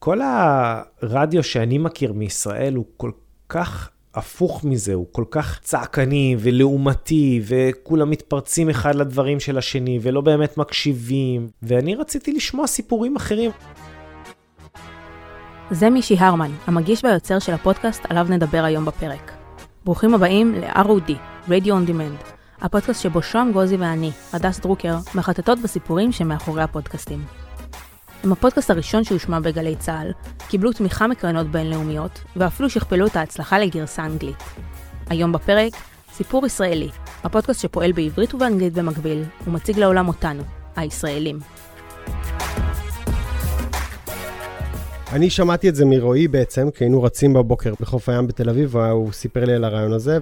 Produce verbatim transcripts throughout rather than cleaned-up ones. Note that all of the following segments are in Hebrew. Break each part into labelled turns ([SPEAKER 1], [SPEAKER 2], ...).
[SPEAKER 1] כל הרדיו שאני מכיר מישראל הוא כל כך הפוך מזה, הוא כל כך צעקני ולעומתי, וכולם מתפרצים אחד לדברים של השני, ולא באמת מקשיבים, ואני רציתי לשמוע סיפורים אחרים.
[SPEAKER 2] זה מישי הרמן, המגיש והיוצר של הפודקאסט עליו נדבר היום בפרק. ברוכים הבאים ל-אר או די, Radio on Demand, הפודקאסט שבו שוהם גוזי ואני, הדס דרוקר, מחטטות בסיפורים שמאחורי הפודקאסטים. הם הפודקאסט הראשון שהושמע בגלי צהל, קיבלו תמיכה מקרנות בינלאומיות, ואפילו שכפלו את ההצלחה לגרסה אנגלית. היום בפרק, סיפור ישראלי, הפודקאסט שפועל בעברית ובאנגלית במקביל, ומציג לעולם אותנו, הישראלים.
[SPEAKER 3] אני שמעתי את זה מרועי בעצם, כי היינו רצים בבוקר בחוף הים בתל אביב, והוא סיפר לי על הרעיון הזה.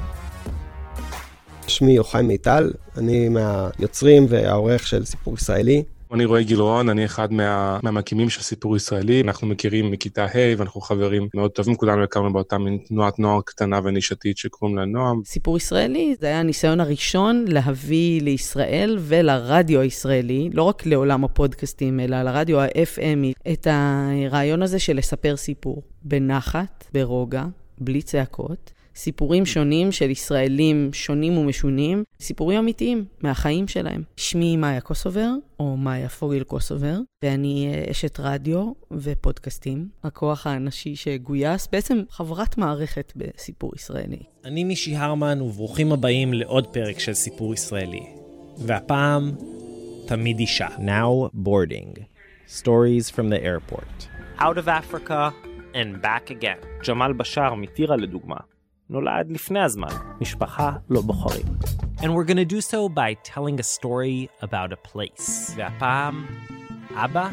[SPEAKER 3] שמי יוחאי מיטל, אני מהיוצרים והעורך של סיפור ישראלי.
[SPEAKER 4] אני רועי גילרון, אני אחד מה, מהמקימים של סיפור ישראלי, אנחנו מכירים מכיתה ה' ואנחנו חברים מאוד טובים, כולנו הקמנו באותה מין תנועת נוער קטנה ונישתית שקוראים לה נועם.
[SPEAKER 5] סיפור ישראלי זה היה הניסיון הראשון להביא לישראל ולרדיו הישראלי, לא רק לעולם הפודקאסטים, אלא לרדיו ה-אף אמי, את הרעיון הזה של לספר סיפור בנחת, ברוגע, בלי צעקות. סיפורים שונים של ישראלים שונים ומשונים, סיפורים אמיתיים מהחיים שלהם. שמי מאיה קוסובר, או מאיה פוגל קוסובר, ואני אשת רדיו ופודקאסטים, הכוח האנשי שגויס, בעצם חברת מערכת בסיפור ישראלי.
[SPEAKER 1] אני מישי הרמן, וברוכים הבאים לעוד פרק של סיפור ישראלי. והפעם, תמיד אישה.
[SPEAKER 6] Now boarding. Stories from the airport.
[SPEAKER 7] Out of Africa and back again. ג'מאל בשאר מטירה לדוגמה. נולד לפני הזמן, משפחה לא בוחרים.
[SPEAKER 8] And we're going to do so by telling a story about a place.
[SPEAKER 7] והפעם, אבא,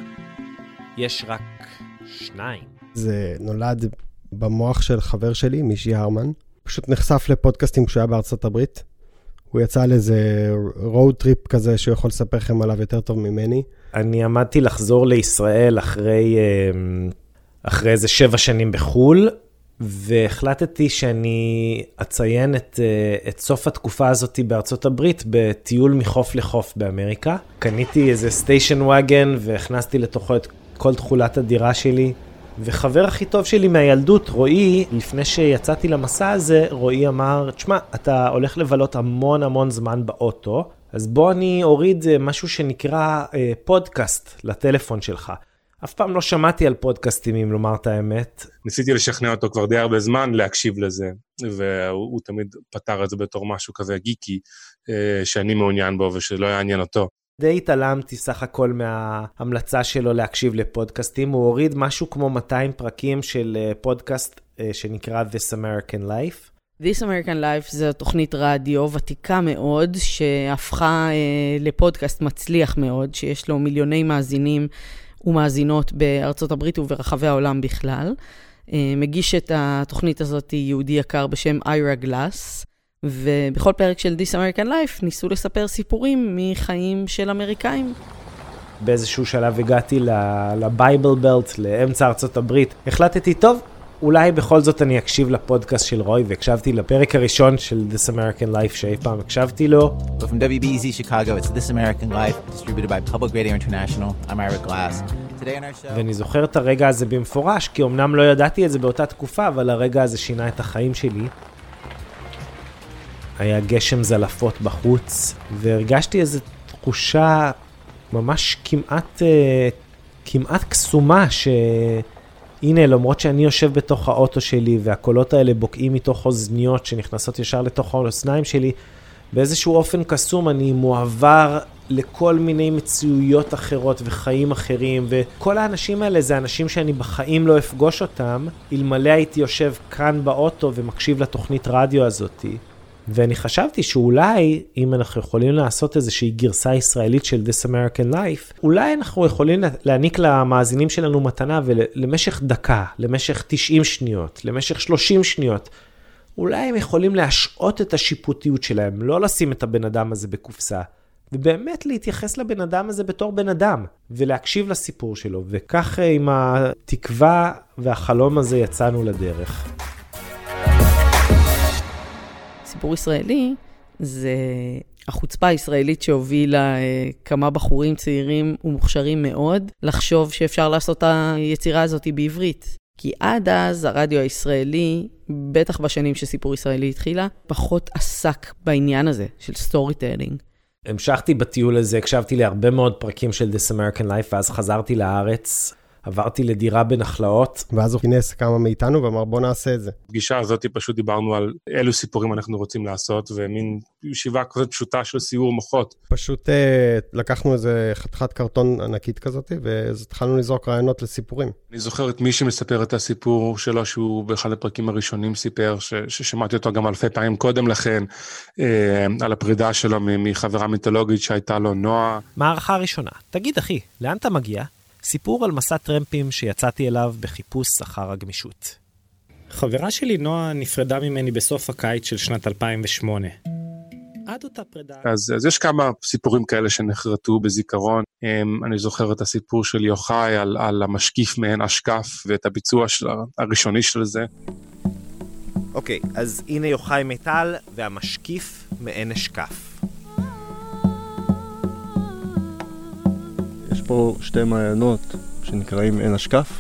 [SPEAKER 7] יש רק שניים.
[SPEAKER 3] זה נולד במוח של חבר שלי, מישי הרמן. פשוט נחשף לפודקאסטים כשהוא היה בארצות הברית. הוא יצא על איזה road trip כזה שהוא יכול לספר לכם עליו יותר טוב ממני.
[SPEAKER 1] אני עמדתי לחזור לישראל אחרי, אחרי איזה שבע שנים בחול, והחלטתי שאני אציין את, את סוף התקופה הזאת בארצות הברית בטיול מחוף לחוף באמריקה. קניתי איזה סטיישן וגן והכנסתי לתוכו את כל תכולת הדירה שלי. וחבר הכי טוב שלי מהילדות, רועי, לפני שיצאתי למסע הזה, רועי אמר, תשמע, אתה הולך לבלות המון המון זמן באוטו, אז בוא אני אוריד משהו שנקרא אה, פודקאסט לטלפון שלך. אף פעם לא שמעתי על פודקאסטים, אם לומר את האמת.
[SPEAKER 4] ניסיתי לשכנע אותו כבר די הרבה זמן להקשיב לזה, והוא תמיד פתר את זה בתור משהו כזה גיקי, שאני מעוניין בו ושלא יעניין אותו.
[SPEAKER 1] די התעלמתי סך הכל מההמלצה שלו להקשיב לפודקאסטים. הוא הוריד משהו כמו מאתיים פרקים של פודקאסט שנקרא This American Life.
[SPEAKER 5] This American Life זו תוכנית רדיו ותיקה מאוד, שהפכה לפודקאסט מצליח מאוד, שיש לו מיליוני מאזינים, ומאזינות בארצות הברית וברחבי העולם בכלל. מגיש את התוכנית הזאת יהודי יקר בשם איירה גלאס, ובכל פרק של This American Life ניסו לספר סיפורים מחיים של אמריקאים.
[SPEAKER 1] באיזשהו שלב הגעתי לבייבל בלט, לאמצע ארצות הברית. החלטתי, טוב, אולי בכל זאת אני אקשיב לפודקאסט של רוי, והקשבתי לפרק הראשון של This American Life שאי פעם הקשבתי לו.
[SPEAKER 6] So from דאבליו בי זי Chicago, it's This American Life, distributed by Public Radio International. I'm Ira Glass. Today on our show...
[SPEAKER 1] ואני זוכר את הרגע הזה במפורש, כי אמנם לא ידעתי את זה באותה תקופה, אבל הרגע הזה שינה את החיים שלי. היה גשם זלפות בחוץ, והרגשתי איזו תחושה ממש כמעט, כמעט קסומה, ש... הנה, למרות שאני יושב בתוך האוטו שלי, והקולות האלה בוקעים מתוך אוזניות שנכנסות ישר לתוך האוזניים שלי, באיזשהו אופן קסום אני מועבר לכל מיני מציאויות אחרות וחיים אחרים, וכל האנשים האלה זה אנשים שאני בחיים לא אפגוש אותם, אלמלא הייתי יושב כאן באוטו ומקשיב לתוכנית רדיו הזאת. ואני חשבתי שאולי, אם אנחנו יכולים לעשות איזושהי גרסה ישראלית של This American Life, אולי אנחנו יכולים להעניק למאזינים שלנו מתנה, ולמשך דקה, למשך תשעים שניות, למשך שלושים שניות, אולי הם יכולים להשעות את השיפוטיות שלהם, לא לשים את הבן אדם הזה בקופסה, ובאמת להתייחס לבן אדם הזה בתור בן אדם, ולהקשיב לסיפור שלו, וכך עם התקווה והחלום הזה יצאנו לדרך.
[SPEAKER 5] סיפור ישראלי זה החוצפה הישראלית שהובילה כמה בחורים צעירים ומוכשרים מאוד, לחשוב שאפשר לעשות את היצירה הזאת בעברית. כי עד אז הרדיו הישראלי, בטח בשנים שסיפור ישראלי התחילה, פחות עסק בעניין הזה של סטורי טיילינג.
[SPEAKER 1] המשכתי בטיול הזה, הקשבתי להרבה מאוד פרקים של This American Life, ואז חזרתי לארץ, עברתי לדירה בנחלאות.
[SPEAKER 3] ואז הוא כינס כמה מאיתנו ואמר בוא נעשה את זה.
[SPEAKER 4] בפגישה הזאת פשוט דיברנו על אילו סיפורים אנחנו רוצים לעשות, ומין ישיבה כזאת פשוטה של סיור מוחות.
[SPEAKER 3] פשוט אה, לקחנו איזה חתיכת קרטון ענקית כזאת, והתחלנו לזרוק רעיונות לסיפורים.
[SPEAKER 4] אני זוכר את מי שמספר את הסיפור שלו, שהוא באחד הפרקים הראשונים סיפר, ש- ששמעתי אותו גם אלפי פעמים קודם לכן, אה, על הפרידה שלו מחברה מיתולוגית שהייתה לו, נועה.
[SPEAKER 8] מערכה ראשונה. תגיד אחי, לאן אתה מגיע? סיפור על מסע טרמפים שיצאתי אליו בחיפוש אחר הגמישות.
[SPEAKER 7] חברה שלי נועה נפרדה ממני בסוף הקיץ של שנת אלפיים ושמונה. עד אותה פרידה...
[SPEAKER 4] אז, אז יש כמה סיפורים כאלה שנחרטו בזיכרון. אני זוכר את הסיפור של יוחאי על, על המשקיף מעין אשקף, ואת הביצוע של, הראשוני של זה.
[SPEAKER 1] אוקיי, אז הנה יוחאי מיטל והמשקיף מעין אשקף.
[SPEAKER 9] יש פה שתי מעיינות שנקראים עין אשקף,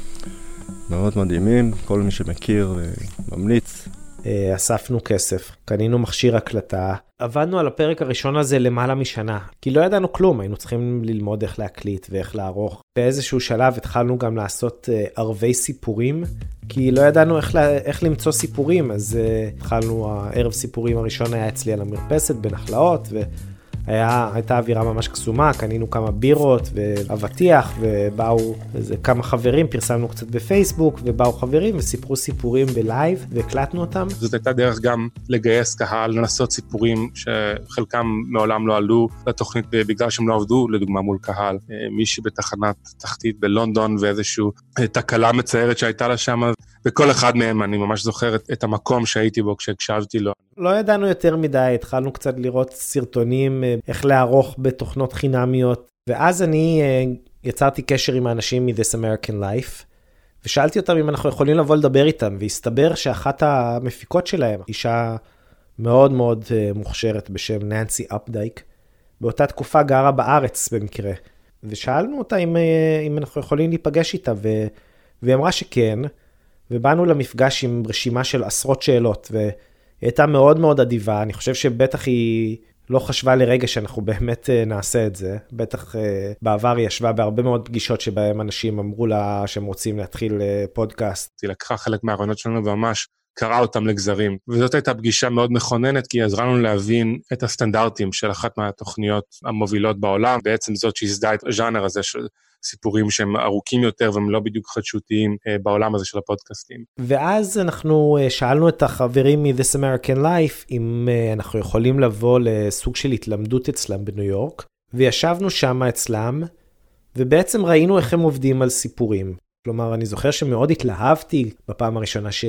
[SPEAKER 9] מאוד מדהימים, כל מי שמכיר ממליץ.
[SPEAKER 1] אספנו כסף, קנינו מכשיר הקלטה, עבדנו על הפרק הראשון הזה למעלה משנה, כי לא ידענו כלום, היינו צריכים ללמוד איך להקליט ואיך לערוך. באיזשהו שלב התחלנו גם לעשות ערבי סיפורים, כי לא ידענו איך, איך למצוא סיפורים, אז התחלנו, הערב סיפורים הראשון היה אצלי על המרפסת בנחלאות, ו... היה, הייתה אווירה ממש קסומה, קנינו כמה בירות ואבטיח, ובאו איזה כמה חברים, פרסמנו קצת בפייסבוק, ובאו חברים וסיפרו סיפורים בלייב, והקלטנו אותם.
[SPEAKER 4] זאת הייתה דרך גם לגייס קהל, לנסות סיפורים שחלקם מעולם לא עלו לתוכנית בגלל שהם לא עבדו, לדוגמה מול קהל. מישהי בתחנת תחתית בלונדון, ואיזושהי תקלה מצערת שהייתה לה שם, וכל אחד מהם אני ממש זוכר את, את המקום שהייתי בו כשהקשבתי לו.
[SPEAKER 1] לא ידענו יותר מדי, התחלנו קצת לראות סרטונים, איך לערוך בתוכנות חינמיות, ואז אני יצרתי קשר עם האנשים מ-This American Life, ושאלתי אותם אם אנחנו יכולים לבוא לדבר איתם, והסתבר שאחת המפיקות שלהם, אישה מאוד מאוד מוכשרת בשם ננסי אפדייק, באותה תקופה גרה בארץ במקרה, ושאלנו אותה אם, אם אנחנו יכולים להיפגש איתה, ו... והיא אמרה שכן, ובאנו למפגש עם רשימה של עשרות שאלות, והיא הייתה מאוד מאוד אדיבה, אני חושב שבטח היא לא חשבה לרגע שאנחנו באמת נעשה את זה, בטח בעבר היא ישבה בהרבה מאוד פגישות שבהם אנשים אמרו לה שהם רוצים להתחיל פודקאסט.
[SPEAKER 4] היא לקחה חלק מהרעיונות שלנו וממש קראה אותם לגזרים, וזאת הייתה פגישה מאוד מכוננת, כי היא עזרה לנו להבין את הסטנדרטים של אחת מהתוכניות המובילות בעולם, בעצם זאת שהזדה את הז'אנר הזה של סיפורים שהם ארוכים יותר, והם לא בדיוק חדשותיים בעולם הזה של הפודקאסטים.
[SPEAKER 1] ואז אנחנו שאלנו את החברים מ-This American Life, אם אנחנו יכולים לבוא לסוג של התלמדות אצלם בניו יורק, וישבנו שם אצלם, ובעצם ראינו איך הם עובדים על סיפורים. כלומר, אני זוכר שמאוד התלהבתי בפעם הראשונה ש...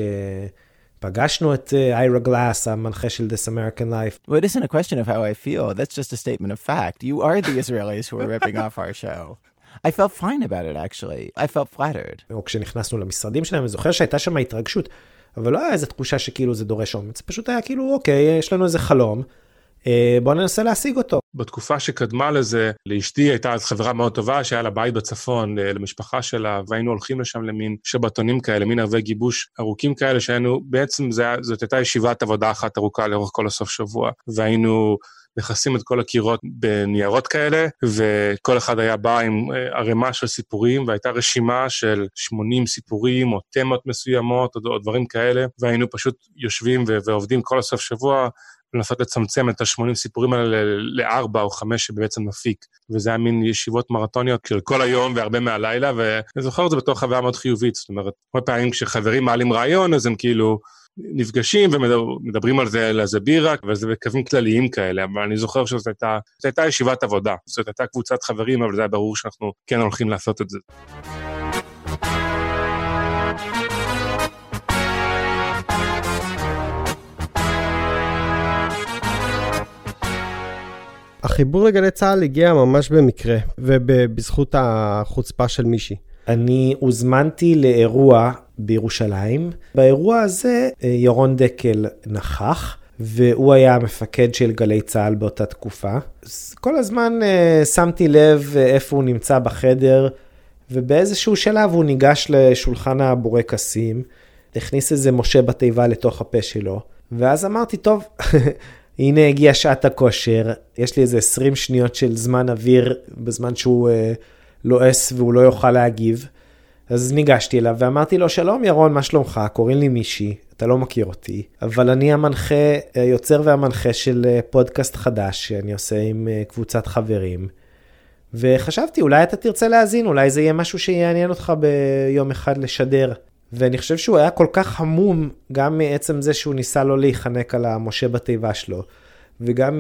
[SPEAKER 1] פגשנו את איירה גלאס, המנחה של This American Life.
[SPEAKER 6] Well, it isn't a question of how I feel. That's just a statement of fact. You are the Israelis who are ripping off our show. I felt fine about it, actually. I felt flattered.
[SPEAKER 1] או כשנכנסנו למשרדים שלהם, אני זוכר שהייתה שם התרגשות, אבל לא היה איזו תחושה שכאילו זה דורש אומץ. פשוט היה כאילו, אוקיי, יש לנו איזה חלום, בואו ננסה להשיג אותו.
[SPEAKER 4] בתקופה שקדמה לזה, לאשתי הייתה אז חברה מאוד טובה, שהיה לה בית בצפון, למשפחה שלה, והיינו הולכים לשם למין שבתונים כאלה, מין ערבי גיבוש ארוכים כאלה, שהיינו, בעצם זה, זאת הייתה ישיבת עבודה אחת ארוכה לאורך כל הסוף שבוע, והיינו מכסים את כל הקירות בניירות כאלה, וכל אחד היה בא עם ערימה של סיפורים, והייתה רשימה של שמונים סיפורים, או תמות מסוימות, או, או דברים כאלה, והיינו פשוט יושבים ו- ועובדים כל הסוף שבוע, ולנסות לצמצם את ה-שמונים סיפורים האלה לארבע או חמש שבעצם נפיק. וזה היה מין ישיבות מרתוניות של כל היום והרבה מהלילה, ואני זוכר את זה בתור חוויה מאוד חיובית. זאת אומרת, כל פעמים כשחברים מעלים רעיון, אז הם כאילו נפגשים ומדברים על זה, על זה בירה, וזה בקווים כלליים כאלה, אבל אני זוכר שזאת הייתה, זאת הייתה ישיבת עבודה. זאת הייתה קבוצת חברים, אבל זה היה ברור שאנחנו כן הולכים לעשות את זה.
[SPEAKER 3] החיבור לגלי צהל הגיע ממש במקרה, ובזכות החוצפה של מישהי.
[SPEAKER 1] אני הוזמנתי לאירוע בירושלים. באירוע הזה ירון דקל נכח, והוא היה המפקד של גלי צהל באותה תקופה. כל הזמן uh, שמתי לב איפה הוא נמצא בחדר, ובאיזשהו שלב הוא ניגש לשולחן הבורקסים, הכניס איזה משה בתיבה לתוך הפה שלו, ואז אמרתי, טוב, הנה הגיע שעת הכושר, יש לי איזה עשרים שניות של זמן אוויר, בזמן שהוא uh, לועס והוא לא יוכל להגיב, אז ניגשתי אליו ואמרתי לו, שלום ירון, מה שלומך? קוראים לי מישי, אתה לא מכיר אותי, אבל אני המנחה, יוצר והמנחה של פודקאסט חדש שאני עושה עם קבוצת חברים, וחשבתי, אולי אתה תרצה להאזין, אולי זה יהיה משהו שיעניין אותך ביום אחד לשדר. ואני חושב שהוא היה כל כך המום, גם מעצם זה שהוא ניסה לא להיחנק על המשה בתיבה שלו, וגם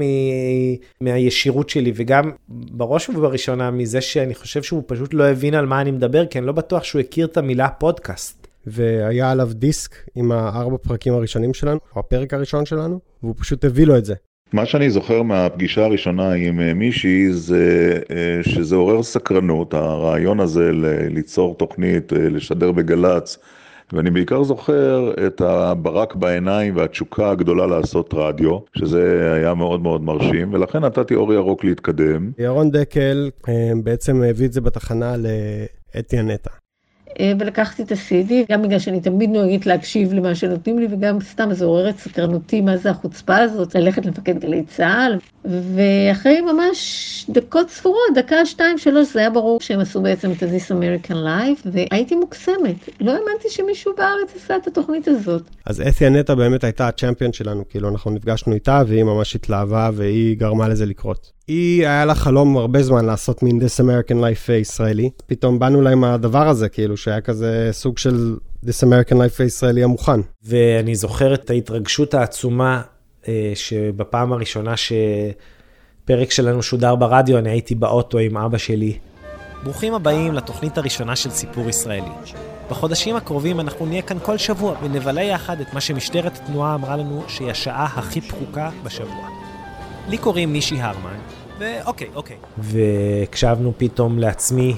[SPEAKER 1] מהישירות שלי, וגם בראש ובראשונה מזה שאני חושב שהוא פשוט לא הבין על מה אני מדבר, כי אני לא בטוח שהוא הכיר את המילה פודקאסט.
[SPEAKER 3] והיה עליו דיסק עם הארבע פרקים הראשונים שלנו, או הפרק הראשון שלנו, והוא פשוט הביא לו את זה.
[SPEAKER 10] מה שאני זוכר מהפגישה הראשונה עם מישהי, זה שזה עורר סקרנות, הרעיון הזה ליצור תוכנית, לשדר בגלץ, ואני בעיקר זוכר את הברק בעיניים והתשוקה הגדולה לעשות רדיו, שזה היה מאוד מאוד מרשים, ולכן נתתי אור ירוק להתקדם.
[SPEAKER 3] ירון דקל בעצם הביא את זה בתחנה לאתי הנטה.
[SPEAKER 11] ולקחתי את ה-סי די, גם בגלל שאני תמיד נוהגת להקשיב למה שנותנים לי, וגם סתם זה עורר את סקרנותי, מה זה החוצפה הזאת, ללכת למפקד גלי צהל, ואחרי ממש דקות ספורות, דקה, שתיים, שלוש, זה היה ברור שהם עשו בעצם את This American Life, והייתי מוקסמת. לא האמנתי שמישהו בארץ עשה את התוכנית הזאת.
[SPEAKER 3] אז אתי הנטה באמת הייתה הצ'מפיון שלנו, כאילו אנחנו נפגשנו איתה, והיא ממש התלהבה, והיא גרמה לזה לקרות. היא היה לה חלום הרבה זמן לעשות מין This American Life ישראלי. פתאום באנו לה עם הדבר הזה, כאילו שהיה כזה סוג של This American Life ישראלי המוכן.
[SPEAKER 1] ואני זוכר את ההתרגשות העצומה, שבפעם הראשונה שפרק שלנו שודר ברדיו, אני הייתי באוטו עם אבא שלי.
[SPEAKER 8] ברוכים הבאים לתוכנית הראשונה של סיפור ישראלי. בחודשים הקרובים אנחנו נהיה כאן כל שבוע, ונבלה יחד את מה שמשטרת התנועה אמרה לנו שהיא השעה הכי פחוקה בשבוע. לי קוראים מישי הרמן, ואוקיי, אוקיי.
[SPEAKER 1] והקשבנו פתאום לעצמי,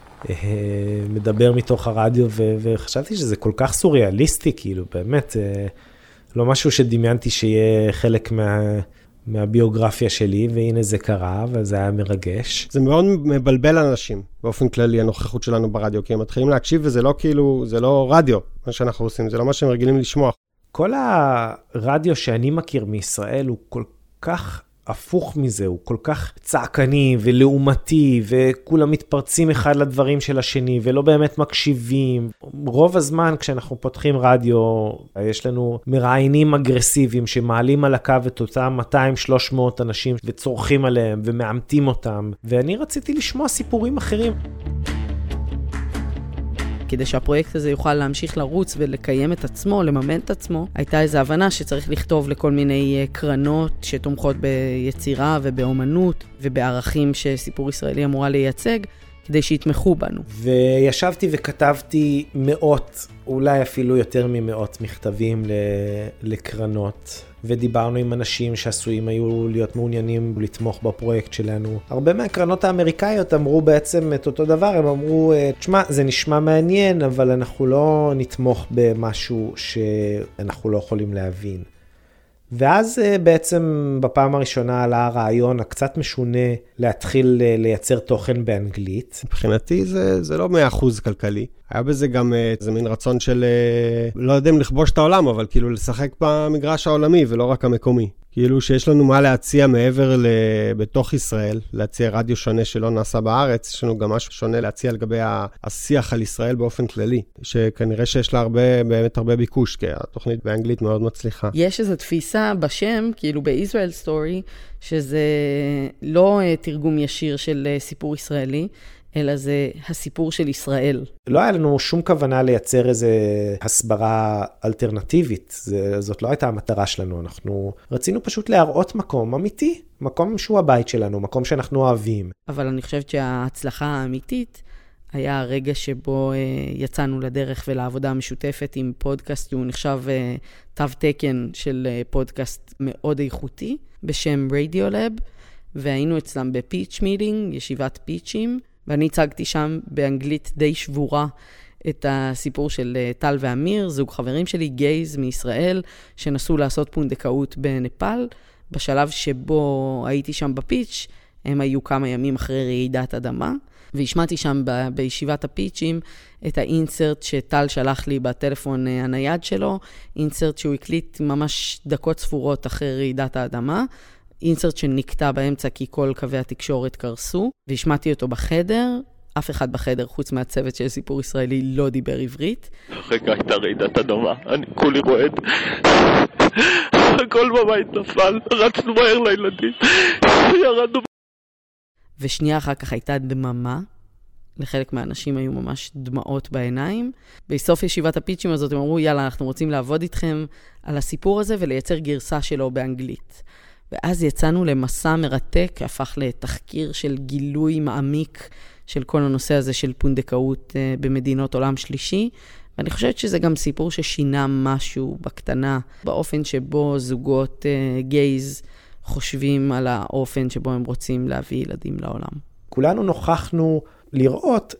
[SPEAKER 1] מדבר מתוך הרדיו, וחשבתי שזה כל כך סוריאליסטי, כאילו, באמת, לא משהו שדמיינתי שיהיה חלק מה, מהביוגרפיה שלי, והנה זה קרה, וזה היה מרגש.
[SPEAKER 3] זה מאוד מבלבל אנשים, באופן כללי, הנוכחות שלנו ברדיו, כי הם מתחילים להקשיב, וזה לא כאילו, זה לא רדיו, מה שאנחנו עושים, זה לא מה שהם רגילים לשמוע.
[SPEAKER 1] כל הרדיו שאני מכיר מישראל הוא כל כך הפוך מזה, הוא כל כך צעקני ולעומתי, וכולם מתפרצים אחד לדברים של השני, ולא באמת מקשיבים. רוב הזמן כשאנחנו פותחים רדיו, יש לנו מראיינים אגרסיביים שמעלים על הקו את אותם מאתיים שלוש מאות אנשים, וצורכים עליהם ומאמתים אותם, ואני רציתי לשמוע סיפורים אחרים.
[SPEAKER 5] כדי שהפרויקט הזה יוכל להמשיך לרוץ ולקיים את עצמו, לממן את עצמו, הייתה איזו הבנה שצריך לכתוב לכל מיני קרנות שתומכות ביצירה ובאומנות ובערכים שסיפור ישראלי אמורה לייצג, כדי שיתמכו בנו.
[SPEAKER 1] וישבתי וכתבתי מאות, אולי אפילו יותר ממאות מכתבים לקרנות, ודיברנו עם אנשים שעשויים היו להיות מעוניינים לתמוך בפרויקט שלנו. הרבה מהקרנות האמריקאיות אמרו בעצם את אותו דבר, הם אמרו, תשמע, זה נשמע מעניין, אבל אנחנו לא נתמוך במשהו שאנחנו לא יכולים להבין. ואז בעצם בפעם הראשונה עלה הרעיון הקצת משונה להתחיל לייצר תוכן באנגלית.
[SPEAKER 3] מבחינתי זה, זה לא מאה אחוז כלכלי. היה בזה גם איזה מין רצון של, לא יודע אם לכבוש את העולם, אבל כאילו לשחק במגרש העולמי ולא רק המקומי. כאילו שיש לנו מה להציע מעבר בתוך ישראל, להציע רדיו שונה שלא נעשה בארץ, יש לנו גם משהו שונה להציע לגבי השיח על ישראל באופן כללי, שכנראה שיש לה הרבה, באמת הרבה ביקוש, כי התוכנית באנגלית מאוד מצליחה.
[SPEAKER 5] יש איזו תפיסה בשם, כאילו ב-Israel Story, שזה לא תרגום ישיר של סיפור ישראלי, אלא זה הסיפור של ישראל.
[SPEAKER 1] לא היה לנו שום כוונה לייצר איזו הסברה אלטרנטיבית. זה, זאת לא הייתה המטרה שלנו. אנחנו רצינו פשוט להראות מקום אמיתי, מקום שהוא הבית שלנו, מקום שאנחנו אוהבים.
[SPEAKER 5] אבל אני חושבת שההצלחה האמיתית היה הרגע שבו uh, יצאנו לדרך ולעבודה המשותפת עם פודקאסט, שהוא נחשב uh, תו תקן של uh, פודקאסט מאוד איכותי, בשם רדיולאב, והיינו אצלם בפיץ' מיטינג, ישיבת פיצ'ים, ואני הצגתי שם באנגלית די שבורה את הסיפור של טל ואמיר, זוג חברים שלי, גייז מישראל, שנסו לעשות פונדקאות בנפאל. בשלב שבו הייתי שם בפיץ', הם היו כמה ימים אחרי רעידת אדמה, והשמעתי שם ב- בישיבת הפיצ'ים את האינסרט שטל שלח לי בטלפון הנייד שלו, אינסרט שהוא הקליט ממש דקות ספורות אחרי רעידת האדמה, אינסרט שנקטע באמצע כי כל קווי התקשורת קרסו, והשמעתי אותו בחדר, אף אחד בחדר חוץ מהצוות של סיפור ישראלי לא דיבר עברית.
[SPEAKER 12] רגע הייתה רעידת אדמה, אני כולי רועד. הכל בבית נפל, רצנו מהר לילדים, ירדנו.
[SPEAKER 5] ושנייה אחר כך הייתה דממה, לחלק מהאנשים היו ממש דמעות בעיניים. בסוף ישיבת הפיצ'ים הזאת הם אמרו, יאללה, אנחנו רוצים לעבוד איתכם על הסיפור הזה ולייצר גרסה שלו באנגלית. ואז יצאנו למסע מרתק, הפך לתחקיר של גילוי מעמיק של כל הנושא הזה של פונדקאות במדינות עולם שלישי, ואני חושבת שזה גם סיפור ששינה משהו בקטנה, באופן שבו זוגות גייז חושבים על האופן שבו הם רוצים להביא ילדים לעולם.
[SPEAKER 1] כולנו נוכחנו לראות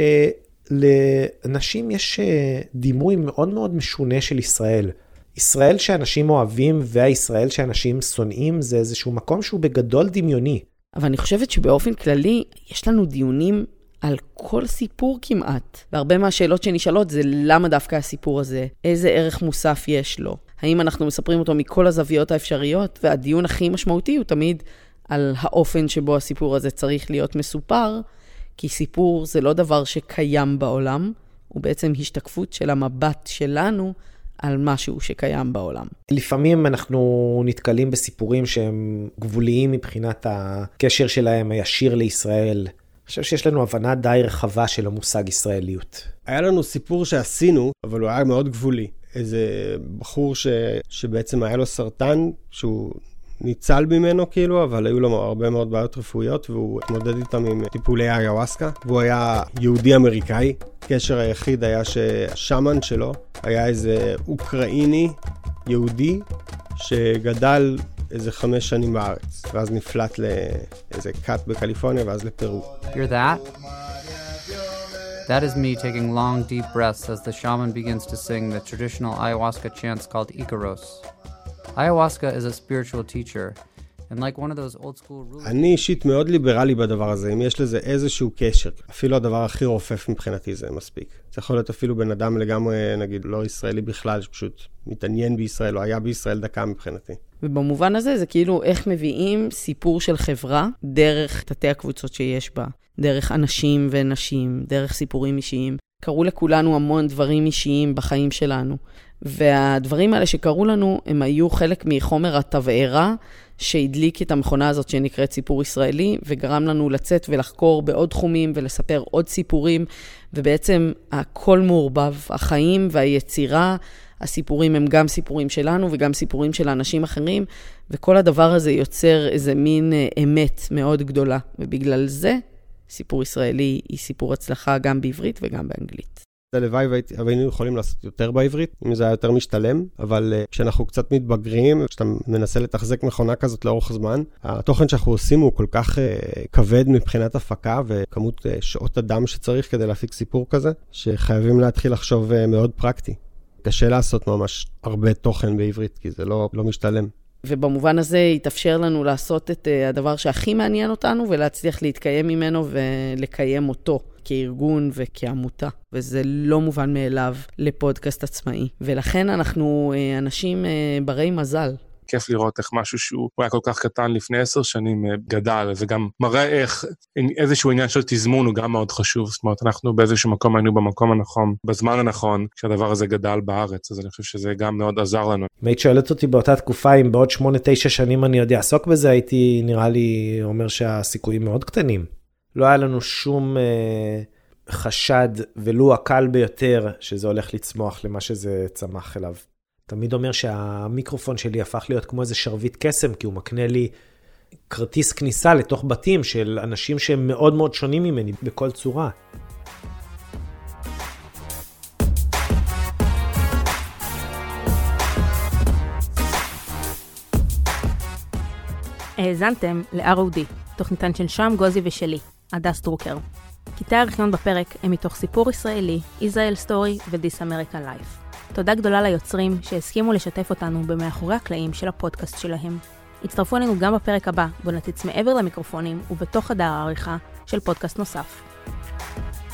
[SPEAKER 1] שלאנשים יש דימוי מאוד מאוד משונה של ישראל. ישראל שאנשים אוהבים והישראל שאנשים שונאים זה איזשהו מקום שהוא בגדול דמיוני.
[SPEAKER 5] אבל אני חושבת שבאופן כללי יש לנו דיונים על כל סיפור כמעט. והרבה מהשאלות שנשאלות זה למה דווקא הסיפור הזה, איזה ערך מוסף יש לו. האם אנחנו מספרים אותו מכל הזוויות האפשריות, והדיון הכי משמעותי הוא תמיד על האופן שבו הסיפור הזה צריך להיות מסופר, כי סיפור זה לא דבר שקיים בעולם, הוא בעצם השתקפות של המבט שלנו על משהו שקיים בעולם.
[SPEAKER 1] לפעמים אנחנו נתקלים בסיפורים שהם גבוליים מבחינת הקשר שלהם הישיר לישראל. אני חושב שיש לנו הבנה די רחבה של המושג ישראליות.
[SPEAKER 3] היה לנו סיפור שעשינו, אבל הוא היה מאוד גבולי. איזה בחור ש... שבעצם היה לו סרטן, שהוא ניצל ממנו כאילו, אבל היו לו הרבה מאוד בעיות רפואיות, והוא התמודד איתם עם טיפולי איוואסקה, והוא היה יהודי אמריקאי. הקשר היחיד היה שהשמן שלו היה איזה אוקראיני יהודי, שגדל איזה חמש שנים בארץ, ואז נפלט לאיזה קאט בקליפורניה, ואז לפרו.
[SPEAKER 13] Hear that? That is me taking long, deep breaths as the shaman begins to sing the traditional ayahuasca chants called Icaros. Ayahuasca is a spiritual teacher, and like one of those old school rulers...
[SPEAKER 3] אני אישית מאוד ליברלי בדבר הזה, אם יש לזה איזשהו קשר. אפילו הדבר הכי רופף מבחינתי זה מספיק. זה יכול להיות אפילו בן אדם לגמרי, נגיד, לא ישראלי בכלל, שפשוט מתעניין בישראל, או היה בישראל דקה מבחינתי.
[SPEAKER 5] ובמובן הזה זה כאילו איך מביאים סיפור של חברה דרך תתי הקבוצות שיש בה, דרך אנשים ונשים, דרך סיפורים אישיים. קראו לכולנו המון דברים אישיים בחיים שלנו, והדברים האלה שקראו לנו הם היו חלק מחומר התבערה שהדליק את המכונה הזאת שנקראת סיפור ישראלי, וגרם לנו לצאת ולחקור בעוד תחומים ולספר עוד סיפורים, ובעצם הכל מעורבב, החיים והיצירה, הסיפורים הם גם סיפורים שלנו וגם סיפורים של אנשים אחרים, וכל הדבר הזה יוצר איזה מין אמת מאוד גדולה, ובגלל זה סיפור ישראלי היא סיפור הצלחה גם בעברית וגם באנגלית.
[SPEAKER 3] הלוואי והיינו יכולים לעשות יותר בעברית, אם זה היה יותר משתלם, אבל uh, כשאנחנו קצת מתבגרים, כשאתה מנסה לתחזק מכונה כזאת לאורך זמן, התוכן שאנחנו עושים הוא כל כך uh, כבד מבחינת הפקה, וכמות uh, שעות אדם שצריך כדי להפיק סיפור כזה, שחייבים להתחיל לחשוב uh, מאוד פרקטי. קשה לעשות ממש הרבה תוכן בעברית, כי זה לא, לא משתלם.
[SPEAKER 5] ובמובן הזה יתאפשר לנו לעשות את uh, הדבר שהכי מעניין אותנו, ולהצליח להתקיים ממנו ולקיים אותו. כארגון וכעמותה, וזה לא מובן מאליו לפודקאסט עצמאי. ולכן אנחנו אנשים ברי מזל.
[SPEAKER 4] כיף לראות איך משהו שהוא היה כל כך קטן לפני עשר שנים גדל, וגם מראה איך איזשהו עניין של תזמון הוא גם מאוד חשוב. זאת אומרת, אנחנו באיזשהו מקום היינו במקום הנכון, בזמן הנכון, כשהדבר הזה גדל בארץ, אז אני חושב שזה גם מאוד עזר לנו.
[SPEAKER 1] אם היית שואלת אותי באותה תקופה, אם בעוד שמונה, תשע שנים אני עוד אעסוק בזה, הייתי נראה לי אומר שהסיכויים מאוד קטנים. לא היה לנו שום אה, חשד, ולו הקל ביותר, שזה הולך לצמוח למה שזה צמח אליו. תמיד אומר שהמיקרופון שלי הפך להיות כמו איזה שרביט קסם, כי הוא מקנה לי כרטיס כניסה לתוך בתים של אנשים שהם מאוד מאוד שונים ממני בכל צורה.
[SPEAKER 2] האזנתם ל-אר או די, תוכניתן של שם גוזי ושלי. הדס דרוקר. קטעי הארכיון בפרק הם מתוך סיפור ישראלי, Israel Story ו-This American Life. תודה גדולה ליוצרים שהסכימו לשתף אותנו במאחורי הקלעים של הפודקאסט שלהם. הצטרפו אלינו גם בפרק הבא, בו נציץ מעבר למיקרופונים ובתוך חדר העריכה של פודקאסט נוסף.